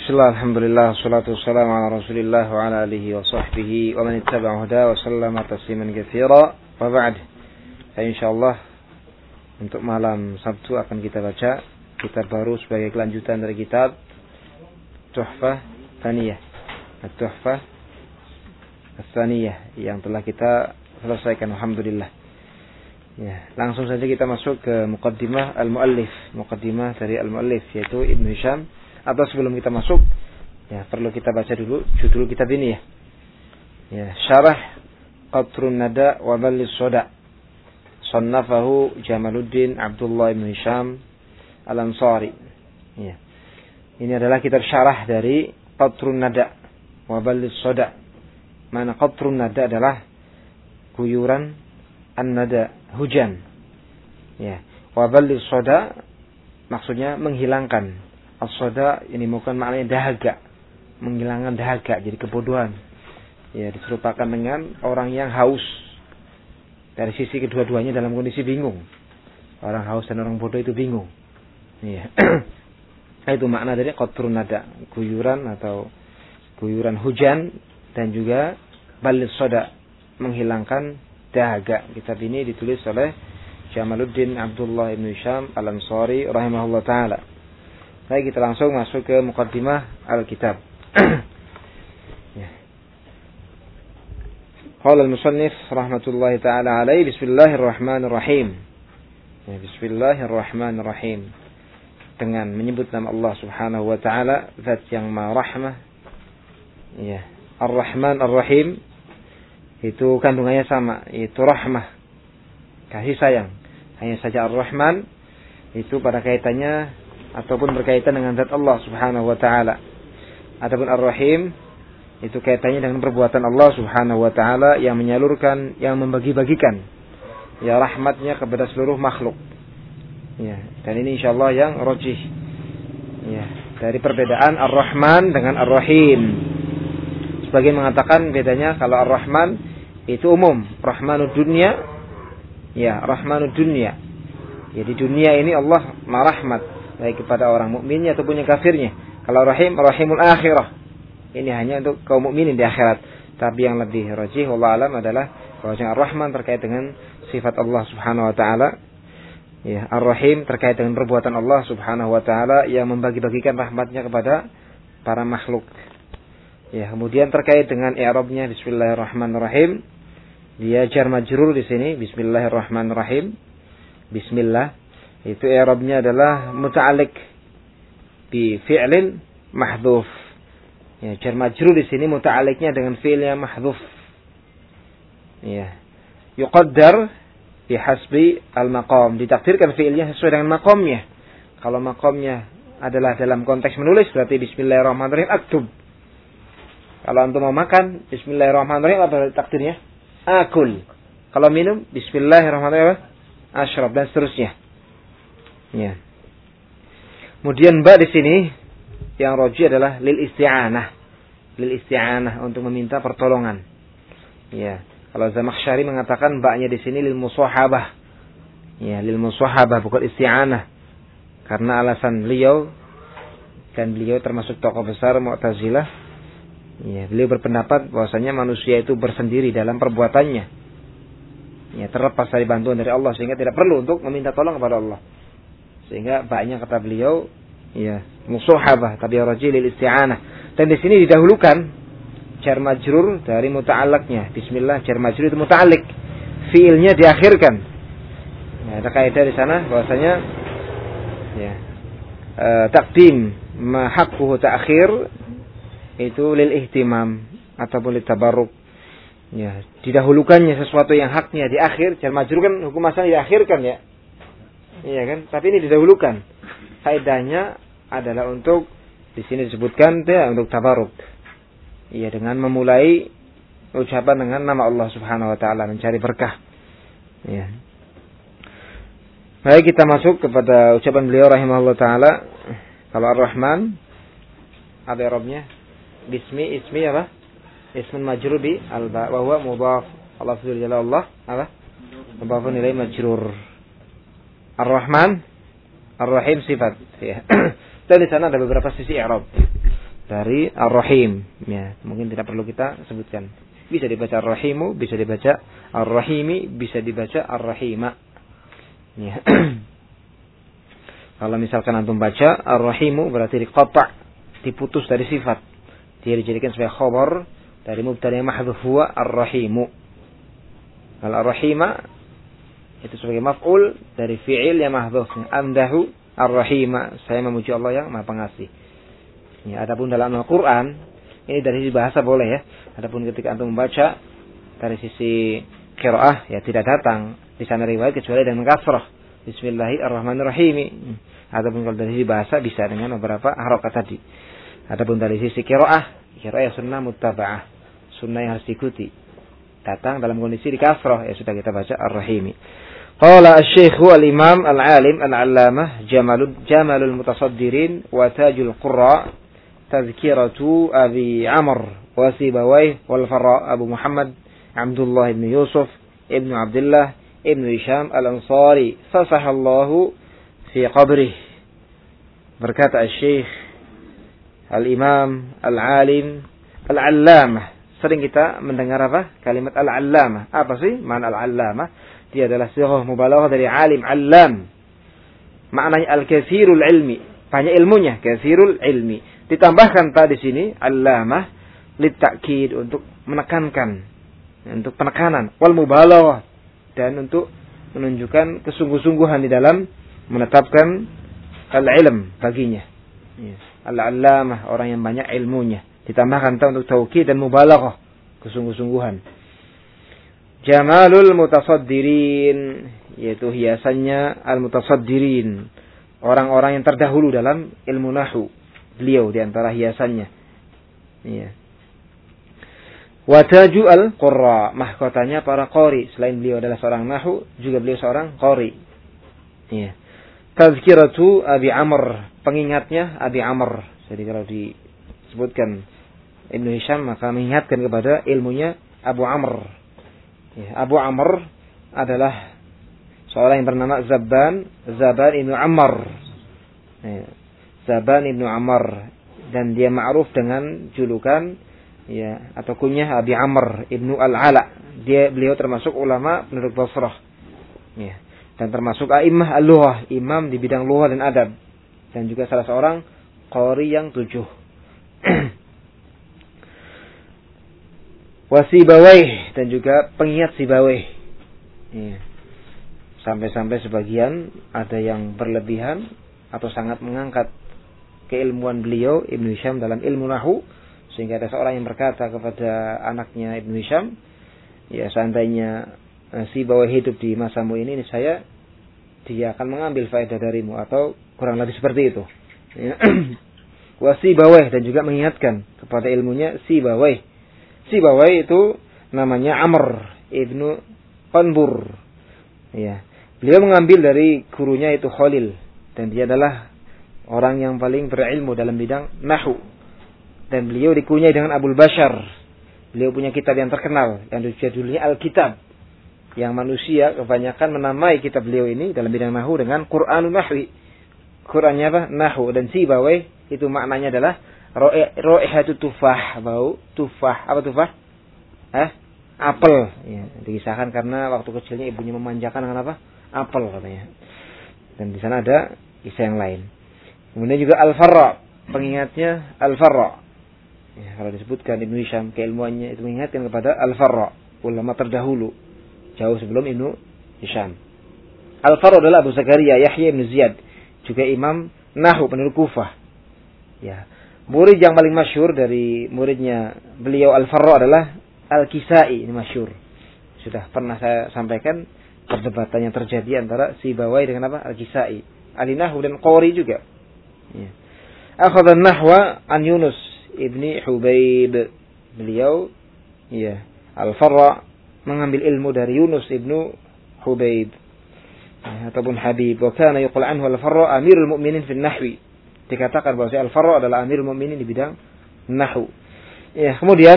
Bismillah, alhamdulillah, salatu wassalamu ala rasulillah wa ala alihi wa sahbihi wa man ittaba'a huda wa sallama tasliman katsira wa ba'd. Insyaallah untuk malam Sabtu akan kita baca kitab baru sebagai kelanjutan dari kitab Tuhfah Tsaniyah. Tuhfah Tsaniyah yang telah kita selesaikan alhamdulillah. Ya, langsung saja kita masuk ke muqaddimah al-muallif, muqaddimah dari al-muallif yaitu Ibnu Hisham. Atau sebelum kita masuk, ya perlu kita baca dulu judul kitab ini ya. Ya, Syarah Qatrun Nada wa Ballis Soda. Sannafahu Jamaluddin Abdullah bin Hisham Al-Ansari. Ya. Ini adalah kitab syarah dari Qatrun Nada wa Ballis Soda. Mana Qatrun Nada adalah guyuran an-nada, hujan. Ya. Wa Ballis Soda maksudnya menghilangkan. As-soda ini bukan maknanya dahaga, menghilangkan dahaga, jadi kebodohan. Ya, diserupakan dengan orang yang haus. Dari sisi kedua-duanya dalam kondisi bingung. Orang haus dan orang bodoh itu bingung. Ya. Itu makna dari qatrun nada, guyuran atau guyuran hujan dan juga balis soda, menghilangkan dahaga. Kitab ini ditulis oleh Jamaluddin Abdullah bin Hisham Al-Ansari rahimahullah taala. Baik, kita langsung masuk ke muqaddimah al-kitab. Qala al-musannif rahmatullahi ta'ala alaihi, bismillahirrahmanirrahim. Ya, bismillahirrahmanirrahim. Dengan menyebut nama Allah Subhanahu wa taala, zat yang Maha Rahmah. Ya, Ar-Rahman Ar-Rahim itu kandungannya sama, yaitu rahmah, kasih sayang. Hanya saja Ar-Rahman itu pada kaitannya ataupun berkaitan dengan zat Allah Subhanahu wa taala. Adapun Ar-Rahim itu kaitannya dengan perbuatan Allah Subhanahu wa taala yang menyalurkan, yang membagi-bagikan ya rahmatnya kepada seluruh makhluk. Ya, dan ini insyaallah yang rajih. Ya, dari perbedaan Ar-Rahman dengan Ar-Rahim. Sebagian mengatakan bedanya kalau Ar-Rahman itu umum, Rahmanud dunya, ya, Rahmanud dunya. Ya, di dunia ini Allah Maha Rahmat baik kepada orang mukminnya ataupun yang kafirnya. Kalau Rahim, Rahimul akhirah. Ini hanya untuk kaum mukminin di akhirat. Tapi yang lebih rajih wallahu alam adalah bahwasanya Ar-Rahman terkait dengan sifat Allah Subhanahu wa taala. Ya, Ar-Rahim terkait dengan perbuatan Allah Subhanahu wa taala yang membagi-bagikan rahmatnya kepada para makhluk. Ya, kemudian terkait dengan i'rabnya bismillahirrahmanirrahim. Dia jar majrur di sini bismillahirrahmanirrahim. Bismillah itu i'rabnya adalah muta'alliq bi fi'lin mahdhuf. Ya, jar majrur di sini muta'alliqnya dengan fi'il yang mahdhuf. Ya. Yuqaddar bi hasbi al-maqam, ditakdirkan fi'ilnya sesuai dengan maqamnya. Kalau maqamnya adalah dalam konteks menulis berarti bismillahirrahmanirrahim aktub. Kalau antum mau makan bismillahirrahmanirrahim apa takdirnya? Akul. Kalau minum bismillahirrahmanirrahim ashrab dan seterusnya. Ya. Kemudian ba di sini yang roji adalah lil isti'anah untuk meminta pertolongan. Ya. Kalau Zamakhsyari mengatakan ba-nya di sini lil musahabah. Ya, lil musahabah bukan isti'anah. Karena alasan beliau dan beliau termasuk tokoh besar Mu'tazilah. Ya, beliau berpendapat bahwasanya manusia itu bersendiri dalam perbuatannya. Ya, terlepas dari bantuan dari Allah sehingga tidak perlu untuk meminta tolong kepada Allah. Sehingga banyak kata beliau ya musahabah tapi rajil lil isti'anah. Dan di sini didahulukan jar majrur dari muta'alliqnya. Bismillah jar majrur itu muta'alliq. Fiilnya diakhirkan. Ya, ada kaidah di sana bahwasanya ya taqdim ma haqquhu ta'khir itu lil ihtimam ataupun lil tabarruk. Ya, didahulukannya sesuatu yang haknya di akhir, jar majrur kan hukum asalnya diakhirkan ya. Iya kan? Tapi ini didahulukan. Faedahnya adalah untuk di sini disebutkan ya untuk tabaruk. Iya, dengan memulai ucapan dengan nama Allah Subhanahu wa taala, mencari berkah. Iya. Baik, kita masuk kepada ucapan beliau rahimahullah taala. Kalau Ar-Rahman ada i'rabnya ismi apa? Ismun majrur bi al-ba wa huwa mudhaf. Allah subhanahu Allah apa? Mudhafun ilaihi majrur. Ar-Rahman, Ar-Rahim sifat. Ya. Dan di sana ada beberapa sisi i'rab. dari Ar-Rahim. Ya, mungkin tidak perlu kita sebutkan. Bisa dibaca Ar-Rahimu, bisa dibaca Ar-Rahimi, bisa dibaca Ar-Rahima. Ya. Kalau misalkan antum baca Ar-Rahimu berarti diqata', diputus dari sifat. Dia dijadikan sebagai khabar dari mubtada yang mahdhuf huwa Ar-Rahimu. Kalau Ar-Rahima itu sebagai maf'ul dari fi'il yang mahdhuf. Amdahu Ar-Rahima, saya memuji Allah yang Maha Pengasih. Ya, adapun dalam Al-Qur'an ini dari sisi bahasa boleh ya. Adapun ketika antum membaca dari sisi qiraah ya tidak datang di sana riwayat kecuali dengan kasrah. Bismillahirrahmanirrahim. Adapun kalau dari sisi bahasa bisa dengan beberapa harokat tadi. Adapun dari sisi qiraah yang sunnah muttaba'ah, sunnah yang harus diikuti. Datang dalam kondisi di kasrah ya sudah kita baca Ar-Rahimi. Qala asy-Syaikh al-Imam al-Alim al-Allamah Jamalul Mutasaddirin wa Tajul Qurra Tazkiratu Abi Amr wa Sibawayh wal Farra Abu Muhammad Abdullah ibn Yusuf ibn Abdullah ibn Hisham al-Ansari fasahallahu fi qabrih. Berkata Syekh Al-Imam Al-Alim Al-Allamah. Sering kita mendengar apa? Kalimat Al-Allamah. Apa sih makna Al-Allamah? Dia adalah sighah mubalaghah dari alim, allam. Maknanya al-katsirul ilmi, banyak ilmunya, katsirul ilmi. Ditambahkan tadi sini allamah litakid untuk menekankan, untuk penekanan, wal mubalaghah dan untuk menunjukkan kesungguh-sungguhan di dalam menetapkan al-ilm baginya. Al-allamah orang yang banyak ilmunya. Ditambahkan untuk taukid dan mubalaghah, kesungguh-sungguhan. Jamalul Mutasaddirin, yaitu hiasannya al-mutasaddirin, orang-orang yang terdahulu dalam ilmu nahwu. Beliau di antara hiasannya. Iya. Wa Taju al-Qurra, mahkotanya para qari. Selain beliau adalah seorang nahwu, juga beliau seorang qari. Iya. Tazkiratu Abi Amr, pengingatnya Abi Amr. Jadi kalau disebutkan Ibnu Hisham maka mengingatkan kepada ilmunya Abu Amr. Ya, Abu Amr adalah seorang yang bernama Zaban Ibnu Ammar. Ya, Zaban Ibnu Ammar, dan dia ma'ruf dengan julukan ya atau kunyah Abi Amr Ibnu Al-Ala. Beliau termasuk ulama penduduk Basrah. Ya, dan termasuk a'immah al-lughah, imam di bidang lughah dan adab, dan juga salah seorang qari yang 7. Wasibawayh, dan juga pengingat Sibawayh. Ya. Sampai-sampai sebagian ada yang berlebihan atau sangat mengangkat keilmuan beliau Ibnu Hisham dalam ilmu nahwu, sehingga ada seorang yang berkata kepada anaknya Ibnu Hisham, ya seandainya Sibawayh hidup di masamu ini dia akan mengambil faedah darimu, atau kurang lebih seperti itu. Ya. Wasibawayh, dan juga mengingatkan kepada ilmunya Sibawayh. Sibawayh itu namanya Amr Ibnu Qanbur. Ya. Beliau mengambil dari gurunya itu Khalil, dan dia adalah orang yang paling berilmu dalam bidang nahwu. Dan beliau dikunyai dengan Abul Bashar. Beliau punya kitab yang terkenal yang judulnya Al-Kitab, yang manusia kebanyakan menamai kitab beliau ini dalam bidang nahwu dengan Qur'anun Nahwi. Qur'annya apa? Nahwu. Dan Sibawayh itu maknanya adalah Raihatu tufah, bau tufah. Apa tufah? Apel. Ya, dikisahkan karena waktu kecilnya ibunya memanjakan dengan apa? Apel katanya. Dan di sana ada kisah yang lain. Kemudian juga Al-Farra, pengingatnya Al-Farra. Ya, kalau disebutkan Ibnu Hisham keilmuannya itu mengingatkan kepada Al-Farra, ulama terdahulu jauh sebelum Ibnu Hisham. Al-Farra adalah Abu Zakaria Yahya bin Ziyad, juga imam nahwu penduduk Kufah. Ya. Murid yang paling masyhur dari muridnya beliau Al-Farra adalah Al-Kisai, ini masyhur. Sudah pernah saya sampaikan perdebatan yang terjadi antara Sibawayh dengan apa? Al-Kisai. Ahli nahwu dan qari juga. Ya. Akhadha an-nahwa an Yunus ibni Hubayb. Beliau ya, Al-Farra mengambil ilmu dari Yunus ibnu Hubayb. Ya, ataupun Habib. Wa kana yuqal anhu Al-Farra amirul mu'minin fil nahwi. Dikatakan bahwa Al-Farra adalah amirul mu'minin di bidang nahwu. Ya, kemudian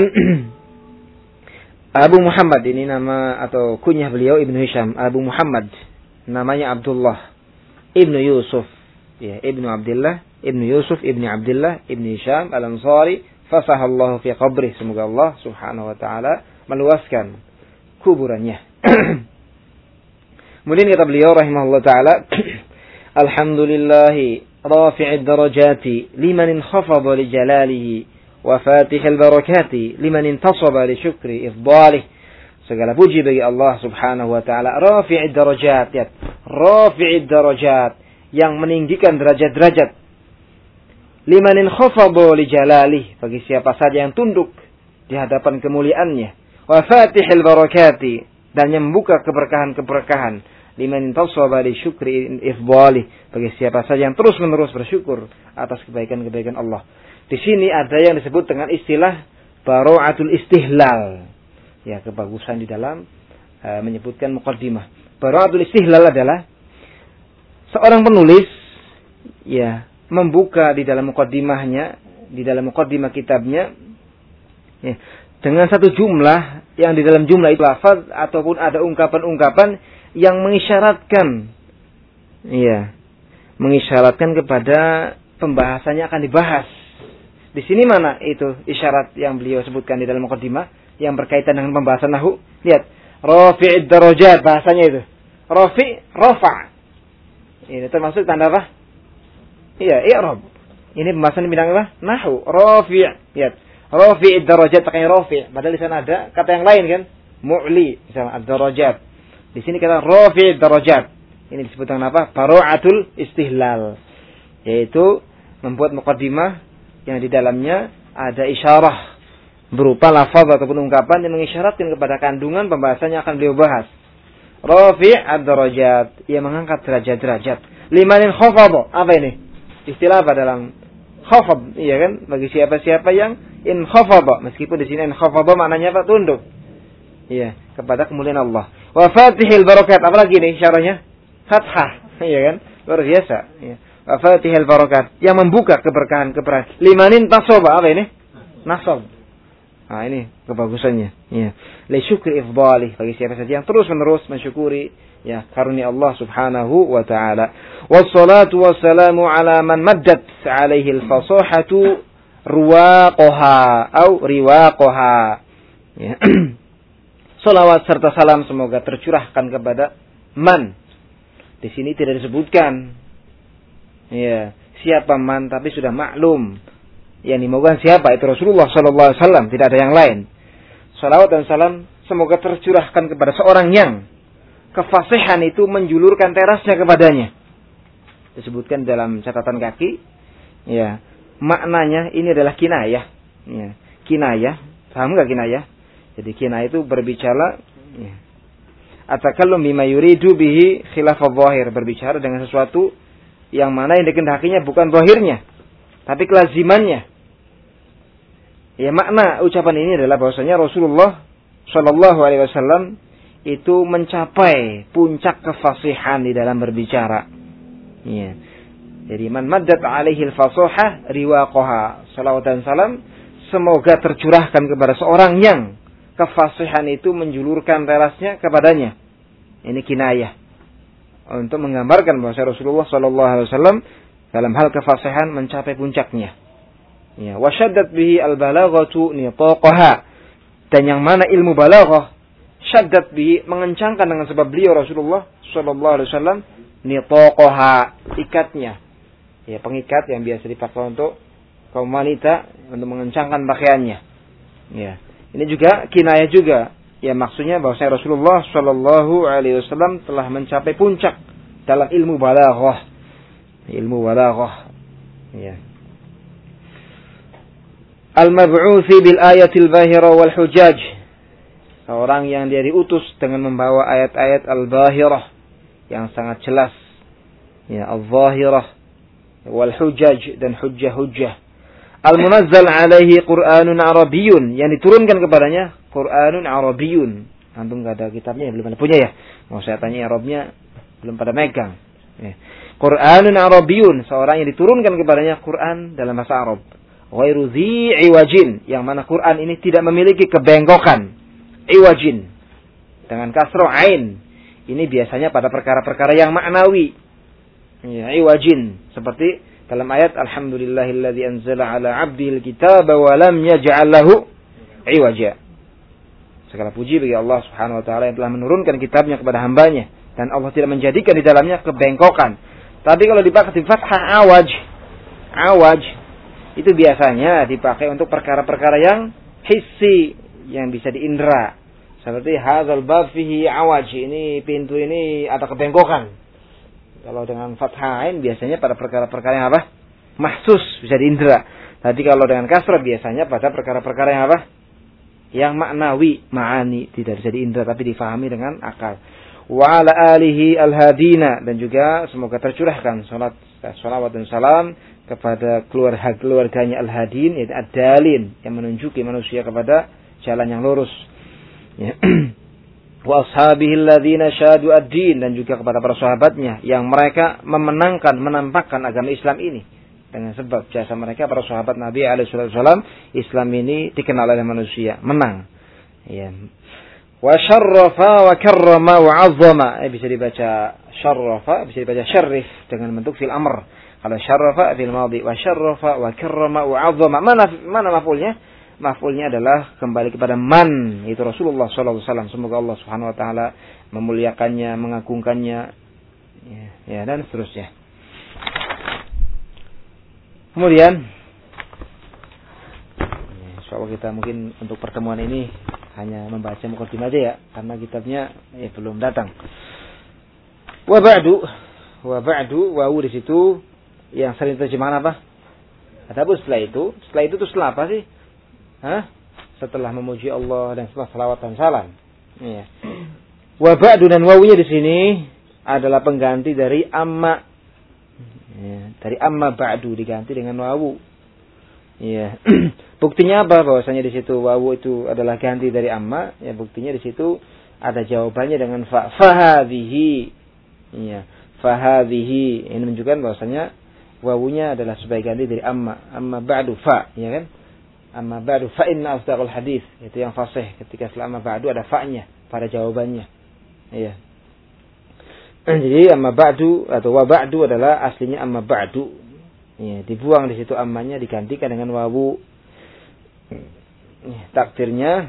Abu Muhammad, ini nama atau kunyah beliau Ibnu Hisham. Abu Muhammad namanya Abdullah Ibnu Yusuf, ya, Ibnu Abdullah ibnu Yusuf ibnu Abdullah ibnu Hisham al-Ansari, fasahallahu fi qabri. Semoga Allah Subhanahu wa taala meluaskan kuburannya. Kemudian kata beliau rahimahullah taala, alhamdulillahi rafi'id darajati liman inkhafadha li jalalihi wa fatihil barakati liman intasaba li syukri ifdalih. Segala puji bagi Allah Subhanahu wa taala, rafi'id darajat, ya. Rafi'id darajat, yang meninggikan derajat-derajat. Liman inkhafadha li jalalihi, bagi siapa saja yang tunduk di hadapan kemuliaannya. Wa fatihil barakati, dan yang membuka keberkahan-keberkahan. Liman intasaba li syukri ifdalih, bagi siapa saja yang terus-menerus bersyukur atas kebaikan-kebaikan Allah. Di sini ada yang disebut dengan istilah bara'atul istihlal. Ya, kebagusan di dalam menyebutkan muqaddimah. Bara'atul istihlal adalah seorang penulis ya membuka di dalam muqaddimahnya, di dalam muqaddimah kitabnya ya, dengan satu jumlah yang di dalam jumlah itu lafaz ataupun ada ungkapan-ungkapan yang mengisyaratkan ya, mengisyaratkan kepada pembahasannya akan dibahas. Di sini mana itu isyarat yang beliau sebutkan di dalam muqaddimah yang berkaitan dengan pembahasan nahwu? Lihat, rafi'id darajat, bahasanya itu. Rafa'. Ini termasuk tanda apa? Iya, i'rab. Ini pembahasan bidang apa? Nahwu, rafi'. Lihat, rafi'id darajat pakai rafi', padahal di sana ada kata yang lain kan? Mu'li, misalnya ad-darajat. Di sini kata rafi'id darajat. Ini disebut dengan apa? Bara'atul istihlal. Yaitu membuat muqaddimah yang di dalamnya ada isyarah berupa lafaz ataupun ungkapan yang mengisyaratkan kepada kandungan pembahasan yang akan beliau bahas. Rafi' ad-darajat, ia mengangkat derajat-derajat. Limanin khafadha, apa ini? Istilah apa dalam khafad? Iya kan? Bagi siapa-siapa yang in khafadha, meskipun di sini in khafadha maknanya apa? Tunduk. Iya, kepada kemuliaan Allah. Wa fatihil barakat, apalagi ini isyarahnya? Fathah, iya kan? Luar biasa. Iya. Wa fatihil barakat, yang membuka keberkahan-keberkahan. Limanin tasaba, apa ini? Nasab. Nah, ini kebagusannya. Ya. Li syukri ifdalih, bagi siapa saja yang terus-menerus mensyukuri ya karunia Allah Subhanahu wa taala. Wassalatu wassalamu ala man maddat alaihi al-fasahatu ruwaqaha atau riwaqaha. Ya. Salawat serta salam semoga tercurahkan kepada man. Di sini tidak disebutkan ya, siapa man, tapi sudah maklum. Yang dimaukan siapa? Itu Rasulullah sallallahu alaihi wasallam, tidak ada yang lain. Salawat dan salam semoga tercurahkan kepada seorang yang kefasihan itu menjulurkan terasnya kepadanya. Disebutkan dalam catatan kaki, ya, maknanya ini adalah kinayah. Ya, kinayah, paham enggak kinayah? Jadi kinayah itu berbicara ya, atakallum bima yuridu bihi khilaf adh-dhahir, berbicara dengan sesuatu yang mana yang dikehendakinya bukan zahirnya, tapi kelazimannya. Ya, makna ucapan ini adalah bahwasanya Rasulullah Shallallahu Alaihi Wasallam itu mencapai puncak kefasihan di dalam berbicara. Ya. Jadi man maddat alaihi al-fasahah riwaqaha. Salawat dan salam semoga tercurahkan kepada seorang yang kefasihan itu menjulurkan terasnya kepadanya. Ini kinayah untuk menggambarkan bahwa Rasulullah Shallallahu Alaihi Wasallam dalam hal kefasihan mencapai puncaknya. Ya, wasyaddat bihi al-balaghatu nitaqaha, dan yang mana ilmu balaghah syaddat bihi mengencangkan dengan sebab beliau Rasulullah sallallahu alaihi wasallam nitaqaha, ikatnya. Ya, pengikat yang biasa dipakai untuk kaum wanita untuk mengencangkan pakaiannya. Ya. Ini juga kinayah juga. Ya, maksudnya bahwa Rasulullah sallallahu alaihi wasallam telah mencapai puncak dalam ilmu balaghah. Ilmu balaghah. Ya. Al-mab'uthi bil ayatil bahira wal hujaj. Seorang yang dia diutus dengan membawa ayat-ayat al-bahirah yang sangat jelas. Ya, al-zahirah wal hujaj, dan hujjah-hujjah. Al-munazzal alaihi Qur'anun Arabiyyun, yang diturunkan kepadanya Qur'anun Arabiyyun. Antum enggak ada kitabnya, belum ada punya ya? Mau saya tanya Arabnya belum pada megang. Ya. Qur'anun Arabiyyun, seorang yang diturunkan kepadanya Quran dalam bahasa Arab. Ghairu dzi iwajin, yang mana Quran ini tidak memiliki kebengkokan. Iwajin dengan kasroh ain. Ini biasanya pada perkara-perkara yang maknawi. Ya, iwajin, seperti Dalam ayat alhamdulillahilladzi anzala ala 'abdihil kitaba wa lam yaj'al lahu 'iwaja. Segala puji bagi Allah Subhanahu wa taala yang telah menurunkan kitabnya kepada hambanya dan Allah tidak menjadikan di dalamnya kebengkokan. Tapi kalau dipakai di fathah awaj itu biasanya dipakai untuk perkara-perkara yang hissi, yang bisa diindra. Seperti hadzal bab fihi awaj, ini pintu ini ada kebengkokan. Kalau dengan fathain biasanya pada perkara-perkara yang apa? Mahsus, bisa diindra. Tadi kalau dengan kasrah biasanya pada perkara-perkara yang apa? Yang maknawi, ma'ani, tidak bisa diindra tapi difahami dengan akal. Wa ala alihi al-hadina, dan juga semoga tercurahkan salawat dan salam kepada keluarganya al-hadin, yaitu ad-dalin, yang menunjuki manusia kepada jalan yang lurus. Ya. Wa ashabihi alladzina syahadu ad-din, dan juga kepada para sahabatnya yang mereka menampakkan agama Islam ini. Dengan sebab jasa mereka para sahabat Nabi alaihi wasallam, Islam ini dikenal oleh manusia, menang. Ya. Wa syarrafa wa karrama wa 'azzama. Bisa dibaca syarrafa, bisa dibaca syarrif dengan bentuk fil amr. Kalau syarrafa fil madhi, wa syarrafa wa karrama wa 'azzama. Mana maf'ulnya? Maf'ulnya adalah kembali kepada man, itu Rasulullah sallallahu alaihi wasallam. Semoga Allah Subhanahu wa taala memuliakannya, mengagungkannya. Ya, dan seterusnya. Kemudian insyaallah kita mungkin untuk pertemuan ini hanya membaca muqaddimah aja ya, karena kitabnya belum datang. Wa ba'du, wawu di situ yang sering terjemahan apa? Adapun setelah itu setelah apa sih? Setelah memuji Allah dan setelah salawat dan salam. Iya. Wa ba'du, dan wawunya di sini adalah pengganti dari amma. Ya, dari amma ba'du diganti dengan wawu. Ya. Buktinya apa? Bahwasanya di situ wawu itu adalah ganti dari amma. Ya, buktinya di situ ada jawabannya dengan fa. Fahadhihi. Ya, fahadhihi. Ini menunjukkan bahwasanya wawunya adalah sebagai ganti dari amma. Amma ba'du fa, ya kan? Amma ba'du fa inna asdaqul hadis. Itu yang fasih ketika setelah amma ba'du ada fa-nya pada jawabannya. Iya. Jadi amma ba'du atau wa ba'du adalah aslinya amma ba'du. Ya, dibuang di situ ammanya digantikan dengan wawu. Takdirnya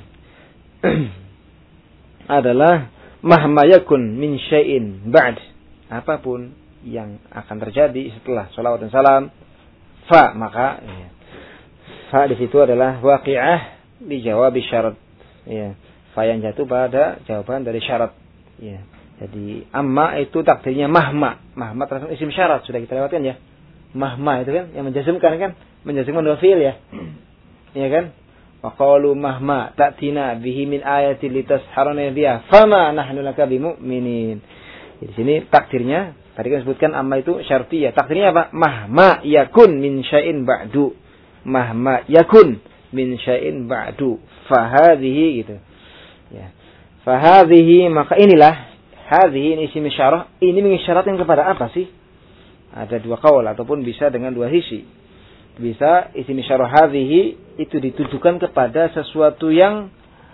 adalah mahma yakun min syai'in ba'd. Apapun yang akan terjadi setelah salawat dan salam, fa, maka fa di situ adalah waqi'ah dijawab syarat. Ya, fa yang jatuh pada jawaban dari syarat. Ya. Jadi amma itu takdirnya mahma. Mahma termasuk isim syarat, sudah kita lewatkan ya. Mahma itu kan yang menjazmkan kan, menjazmkan dua fi'il ya. Iya kan? Wa qalu mahma ta'tina bihi min ayati litasharana biha fama nahnu laka bimu'minin. Di sini takdirnya tadi kan sebutkan amma itu syartiyah. Takdirnya apa? Mahma yakun min syai'in ba'du. Mahma yakun min syai'in ba'du. Fahadhihi gitu. Ya. Fahadhihi, maka inilah. Hadhihi ini isim isyarah. Ini mengisyaratkan kepada apa sih? Ada dua qaul ataupun bisa dengan dua sisi. Bisa isim isyarah hadhihi itu ditujukan kepada sesuatu yang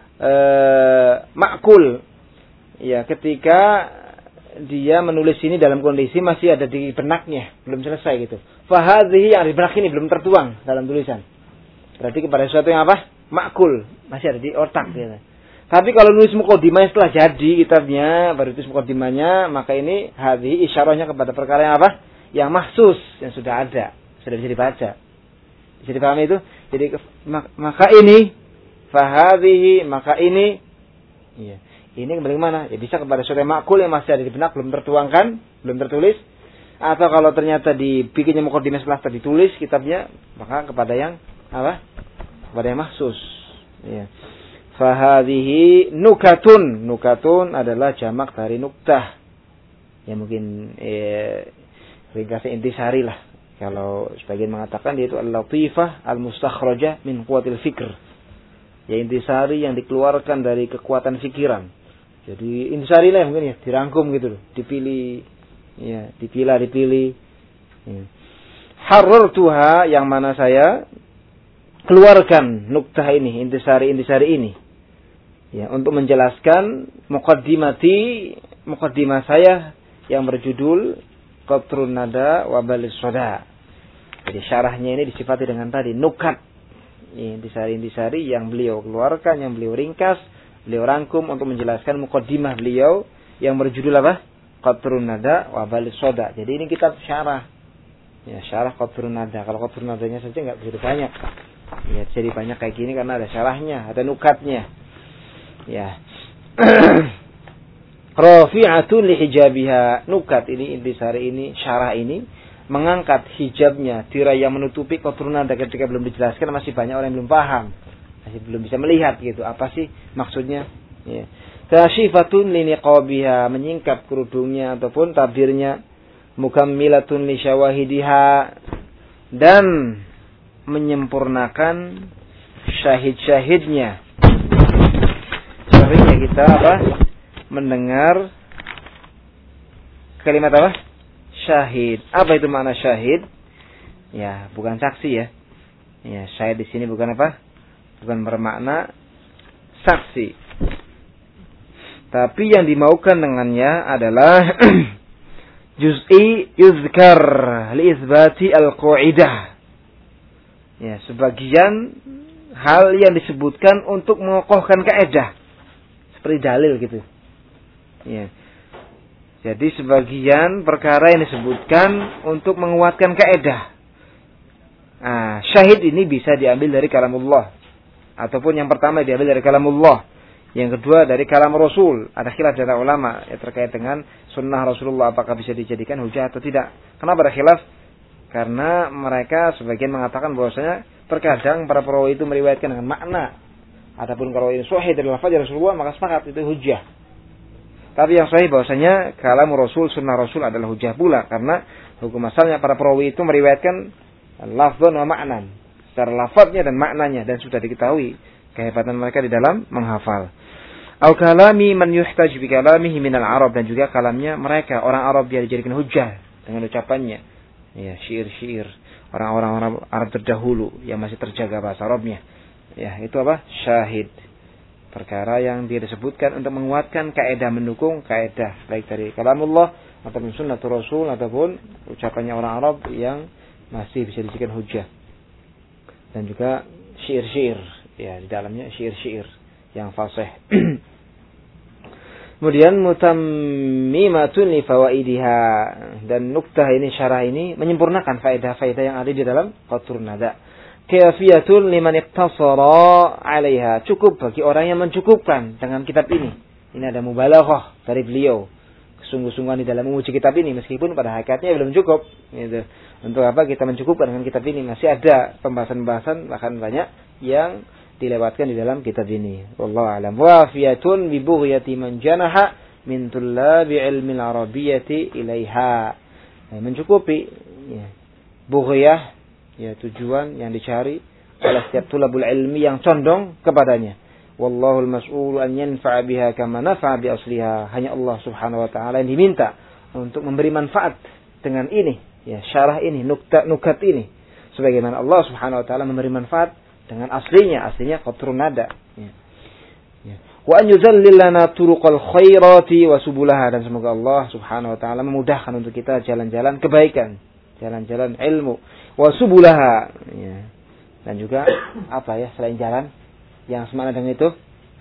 ma'kul. Ya, ketika dia menulis ini dalam kondisi masih ada di benaknya, belum selesai gitu. Fahadhihi yang di benak ini belum tertuang dalam tulisan. Berarti kepada sesuatu yang apa? Ma'kul, masih ada di otak gitu. Tapi kalau nulis muqaddimah setelah jadi kitabnya, baru tulis muqaddimahnya, maka ini hadhihi isyarahnya kepada perkara yang apa? Yang mahsus, yang sudah ada, sudah bisa dibaca. Bisa dipahami itu? Jadi maka ini fahadhihi, maka ini iya. Ini kembali ke mana? Ya bisa kepada sesuatu yang ma'kul yang masih ada di benak, belum tertuangkan, belum tertulis. Atau kalau ternyata dibikinnya muqaddimah setelah ditulis kitabnya, maka kepada yang apa? Kepada yang mahsus. Iya. Fahadhihi nukatun. Nukatun adalah jamak dari nuktah. Ya mungkin ringkasnya intisari lah. Kalau sebagian mengatakan dia itu al-latifah al-mustakhrajah min quwwatil fikr. Ya intisari yang dikeluarkan dari kekuatan pikiran. Jadi intisari lah mungkin ya, dirangkum gitu loh, dipilih. Ya, dipilih. Ya. Harrartuha, yang mana saya keluarkan nuktah ini, intisari ini. Ya, untuk menjelaskan muqaddimah saya yang berjudul Qatrun Nada wa Balis Soda. Jadi syarahnya ini disifati dengan tadi nukat. Intisari-intisari yang beliau keluarkan, yang beliau ringkas, beliau rangkum untuk menjelaskan muqaddimah beliau yang berjudul apa? Qatrun Nada wa Balis Soda. Jadi ini kitab syarah. Ya, syarah Qatrun Nada. Kalau Qatrun Nadanya saja enggak begitu banyak. Ya, jadi banyak kayak gini karena ada syarahnya, ada nukatnya. Ya. Rafi'atun li hijabiha. Nukat ini, intisari ini, syarah ini mengangkat hijabnya, tirai yang menutupi Qatrun Nada. Ketika belum dijelaskan masih banyak orang yang belum paham, masih belum bisa melihat gitu apa sih maksudnya. Ya. Kashifatun li niqabiha, menyingkap kerudungnya ataupun tabirnya. Mukammilatun li syawahidiha, dan menyempurnakan syahid-syahidnya. Seringnya kita apa? Mendengar kalimat apa? Syahid. Apa itu makna syahid? Ya, bukan saksi ya. Ya, syahid di sini bukan apa? Bukan bermakna saksi. Tapi yang dimaukan dengannya adalah juz'i yuzkar li isbati al-qa'idah. Ya, sebagian hal yang disebutkan untuk mengokohkan kaidah. Seperti dalil gitu. Ya. Jadi sebagian perkara yang disebutkan untuk menguatkan kaidah. Nah, syahid ini bisa diambil dari kalamullah. Ataupun yang pertama diambil dari kalamullah. Yang kedua dari kalam Rasul. Ada khilaf dari ulama ya, terkait dengan sunnah Rasulullah. Apakah bisa dijadikan hujah atau tidak. Kenapa ada khilaf? Karena mereka sebagian mengatakan bahwasanya terkadang para perawi itu meriwayatkan dengan makna. Adapun kalau ini sahih dari lafaz Rasulullah maka sepakat itu hujah. Tapi yang sahih bahwasanya kalam Rasul, sunnah Rasul adalah hujah pula. Karena hukum asalnya para perawi itu meriwayatkan lafzan wa ma'nan. Secara lafaznya dan maknanya. Dan sudah diketahui kehebatan mereka di dalam menghafal. Au kalami man yuhtaj bi kalamihi minal Arab. Dan juga kalamnya mereka, orang Arab yang dijadikan hujah dengan ucapannya. Ya, syair-syair orang-orang Arab terdahulu yang masih terjaga bahasa Arabnya. Ya, itu apa? Syahid. Perkara yang dia disebutkan untuk menguatkan kaidah, mendukung kaidah baik dari kalamullah ataupun sunnatul Rasul ataupun ucapannya orang Arab yang masih bisa dijadikan hujah. Dan juga syair-syair, ya di dalamnya syair-syair yang fasih. Kemudian mutammimatun li fawaidiha, dan nuktah ini, syarah ini menyempurnakan faedah-faedah yang ada di dalam Qatrun Nada. Kafiyatun liman iqtasara 'alaiha, cukup bagi orang yang mencukupkan dengan kitab ini. Ini ada mubalaghah dari beliau, kesungguh-sungguhan di dalam menguji kitab ini meskipun pada hakikatnya belum cukup gitu. Untuk apa kita mencukupkan dengan kitab ini? Masih ada pembahasan-pembahasan bahkan banyak yang dilewatkan di dalam kitab ini. Wallahu a'lam. Wafiyatun bi bughyati man janaha min tullabi ilmi al-arabiyyati ilaiha. Mencukupi ya. Bughyah ya, tujuan yang dicari oleh setiap tulabul ilmi yang condong kepadanya. Wallahul mas'ulu an yanfa'a biha kama nafa'a bi asliha. Hanya Allah Subhanahu wa taala yang diminta untuk memberi manfaat dengan ini, ya, syarah ini, nukat ini. Sebagaimana Allah Subhanahu wa taala memberi manfaat dengan aslinya Qatrun Nada. Ya. Ya. Wa an yuzallil lana turuqal khairati wa subulaha, dan semoga Allah Subhanahu wa taala memudahkan untuk kita jalan-jalan kebaikan, jalan-jalan ilmu, wa subulaha, ya. Dan juga apa ya selain jalan yang semakna dengan itu?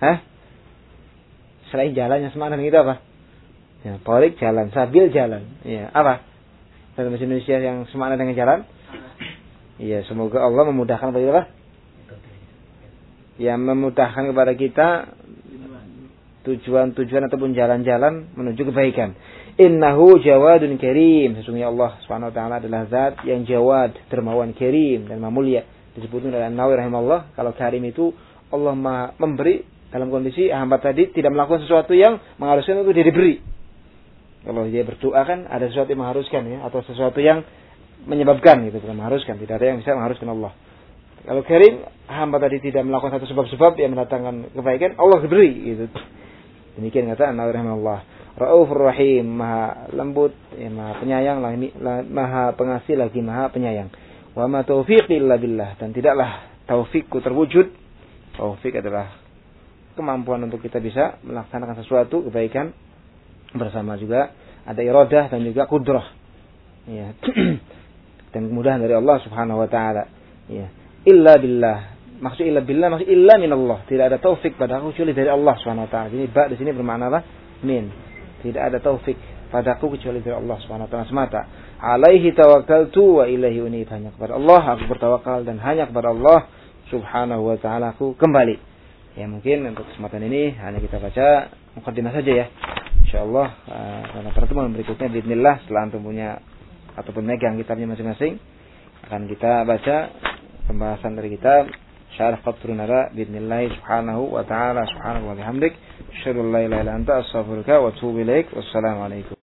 Selain jalan yang semakna dengan itu apa? Ya, tariq jalan, sabil jalan. Ya, apa? Dalam bahasa Indonesia yang semakna dengan jalan? Iya, semoga Allah memudahkan bagi apa? Ya, memudahkan kepada kita tujuan-tujuan ataupun jalan-jalan menuju kebaikan. Innahu jawadun karim. Sesungguhnya Allah Subhanahu wa taala adalah zat yang jawad, dermawan, karim dan maha mulia. Disebutkan oleh An-Nawawi rahimahullah, kalau karim itu Allah memberi dalam kondisi hamba tadi tidak melakukan sesuatu yang mengharuskan untuk dia diberi. Kalau dia berdoa kan ada sesuatu yang mengharuskan ya, atau sesuatu yang menyebabkan gitu, bukan mengharuskan, tidak ada yang bisa mengharuskan Allah. Kalau karim, hamba tadi tidak melakukan satu sebab-sebab yang mendatangkan kebaikan, Allah diberi gitu. Demikian kata An-Nawawi rahimahullah. Raufur Rahim, maha lembut, ya, maha penyayang, maha pengasih lagi maha penyayang. Wa ma taufiqi illa billah, dan tidaklah taufikku terwujud. Taufik adalah kemampuan untuk kita bisa melaksanakan sesuatu kebaikan, bersama juga ada iradah dan juga qudrah. Ya. dan kemudahan dari Allah Subhanahu wa taala. Ya. Illa billah. Maksud illa billah maksud illa minallah. Tidak ada taufik padaku kecuali dari Allah Subhanahu wa taala. Jadi ba di sini bermakna apa? Min. Tidak ada taufik padaku kecuali dari Allah Subhanahu wa taala semata. Alaihi tawakkaltu wa ilaihi unib. Hanya kepada Allah aku bertawakal dan hanya kepada Allah Subhanahu wa taala aku kembali. Ya mungkin untuk kesempatan ini hanya kita baca mukadimah saja ya. Insyaallah pada pertemuan berikutnya bismillah setelah antum punya ataupun megang kitabnya masing-masing akan kita baca pembahasan dari kitab Syarah Qatrun Nada bismillah subhanahu wa ta'ala subhanahu wa bihamdik asyhadu an la ilaha illa anta astaghfiruka wa atubu ilaik. Wassalamu alaikum.